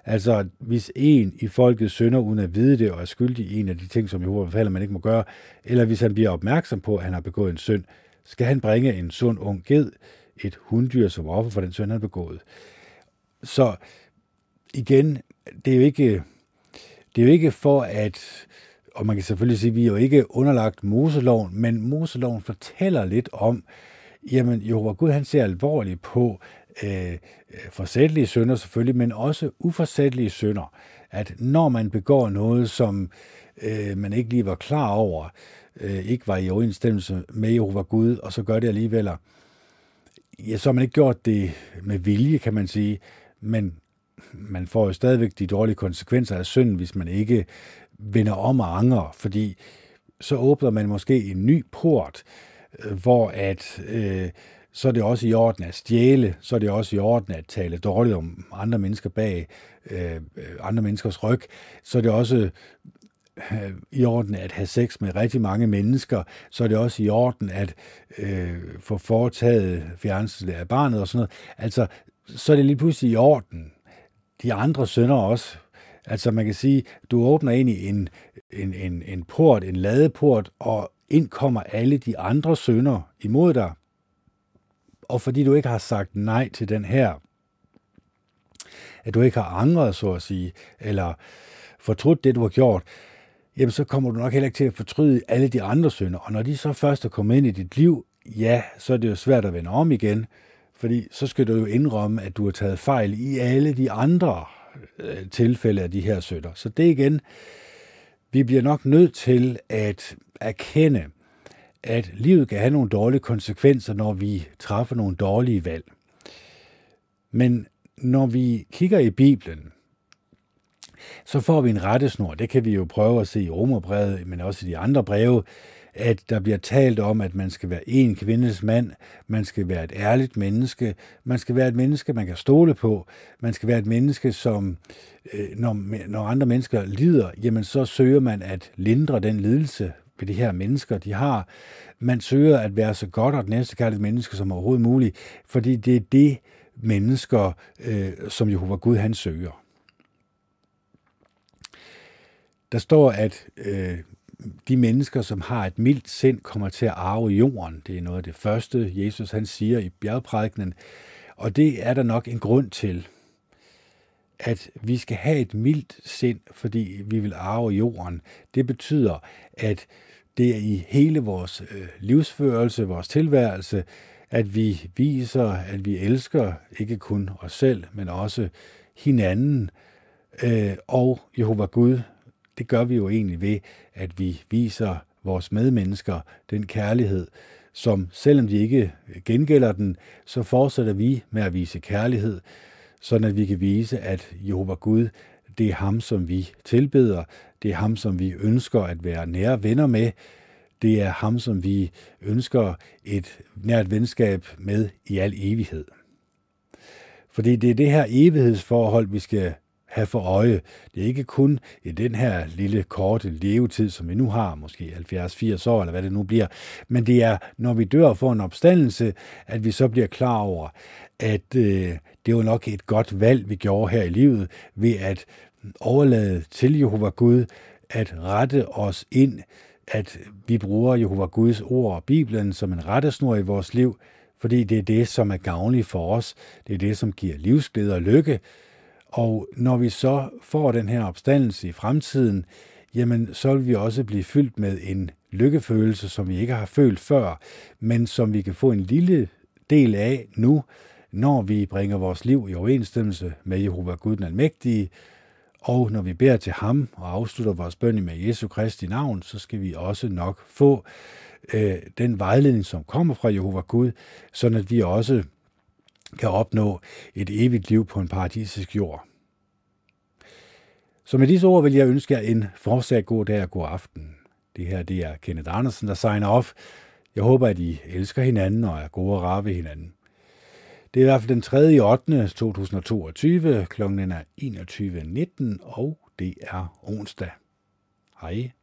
Altså, hvis en i folket synder uden at vide det, og er skyldig i en af de ting, som Jehova befaler, man ikke må gøre, eller hvis han bliver opmærksom på, at han har begået en synd, skal han bringe en sund ung ged, et hunddyr som offer for den synd, han har begået. Så igen, det er jo ikke, det er jo ikke for at, og man kan selvfølgelig sige, at vi er jo ikke underlagt Moseloven, men Moseloven fortæller lidt om, jamen Jehova Gud, han ser alvorligt på øh, forsætlige synder selvfølgelig, men også uforsætlige synder. At når man begår noget, som øh, man ikke lige var klar over, øh, ikke var i overensstemmelse med Jehova Gud, og så gør det alligevel, ja, så har man ikke gjort det med vilje, kan man sige, men man får jo stadigvæk de dårlige konsekvenser af synden, hvis man ikke vender om og angrer, fordi så åbner man måske en ny port, hvor at, øh, så er det også i orden at stjæle, så er det også i orden at tale dårligt om andre mennesker bag øh, andre menneskers ryg, så er det også øh, i orden at have sex med rigtig mange mennesker, så er det også i orden at øh, få foretaget fjernelse af barnet og sådan noget. Altså, så er det lige pludselig i orden. De andre synder også. Altså, man kan sige, du åbner ind i en, en, en, en port, en ladeport, og ind kommer alle de andre synder imod dig. Og fordi du ikke har sagt nej til den her, at du ikke har angret, så at sige, eller fortrudt det, du har gjort, jamen så kommer du nok heller ikke til at fortryde alle de andre synder. Og når de så først er kommet ind i dit liv, ja, så er det jo svært at vende om igen, fordi så skal du jo indrømme, at du har taget fejl i alle de andre øh, tilfælde af de her synder. Så det igen, vi bliver nok nødt til at erkende, at livet kan have nogle dårlige konsekvenser, når vi træffer nogle dårlige valg. Men når vi kigger i Bibelen, så får vi en rettesnor. Det kan vi jo prøve at se i Romerbrevet, men også i de andre breve, at der bliver talt om, at man skal være en kvindes mand, man skal være et ærligt menneske, man skal være et menneske, man kan stole på, man skal være et menneske, som når, når andre mennesker lider, jamen så søger man at lindre den lidelse ved de her mennesker, de har. Man søger at være så godt og et næstekærligt menneske som overhovedet muligt, fordi det er det mennesker, øh, som Jehova Gud han søger. Der står, at øh, de mennesker, som har et mildt sind, kommer til at arve jorden. Det er noget af det første, Jesus han siger i bjergprædikenen. Og det er der nok en grund til, at vi skal have et mildt sind, fordi vi vil arve jorden. Det betyder, at det er i hele vores øh, livsførelse, vores tilværelse, at vi viser, at vi elsker ikke kun os selv, men også hinanden øh, og Jehova Gud. Det gør vi jo egentlig ved, at vi viser vores medmennesker den kærlighed, som selvom de ikke gengælder den, så fortsætter vi med at vise kærlighed, sådan at vi kan vise, at Jehova Gud, det er ham, som vi tilbeder, det er ham, som vi ønsker at være nære venner med, det er ham, som vi ønsker et nært venskab med i al evighed. Fordi det er det her evighedsforhold, vi skal have for øje. Det er ikke kun i den her lille korte levetid, som vi nu har, måske halvfjerds firs år, eller hvad det nu bliver, men det er, når vi dør og får en opstandelse, at vi så bliver klar over, at øh, det var nok et godt valg, vi gjorde her i livet, ved at overlade til Jehova Gud, at rette os ind, at vi bruger Jehova Guds ord og Bibelen som en rettesnor i vores liv, fordi det er det, som er gavnligt for os. Det er det, som giver livsglæde og lykke. Og når vi så får den her opstandelse i fremtiden, jamen så vil vi også blive fyldt med en lykkefølelse, som vi ikke har følt før, men som vi kan få en lille del af nu, når vi bringer vores liv i overensstemmelse med Jehova Gud den Almægtige. Og når vi beder til ham og afslutter vores bøn med Jesu Kristi navn, så skal vi også nok få øh, den vejledning, som kommer fra Jehova Gud, sådan at vi også kan opnå et evigt liv på en paradisisk jord. Så med disse ord vil jeg ønske jer en fortsat god dag og god aften. Det her det er Kenneth Andersen, der signer off. Jeg håber, at I elsker hinanden og er gode og rare ved hinanden. Det er i hvert fald den tredje ottende to tusind og toogtyve, klokken er enogtyve nitten, og det er onsdag. Hej.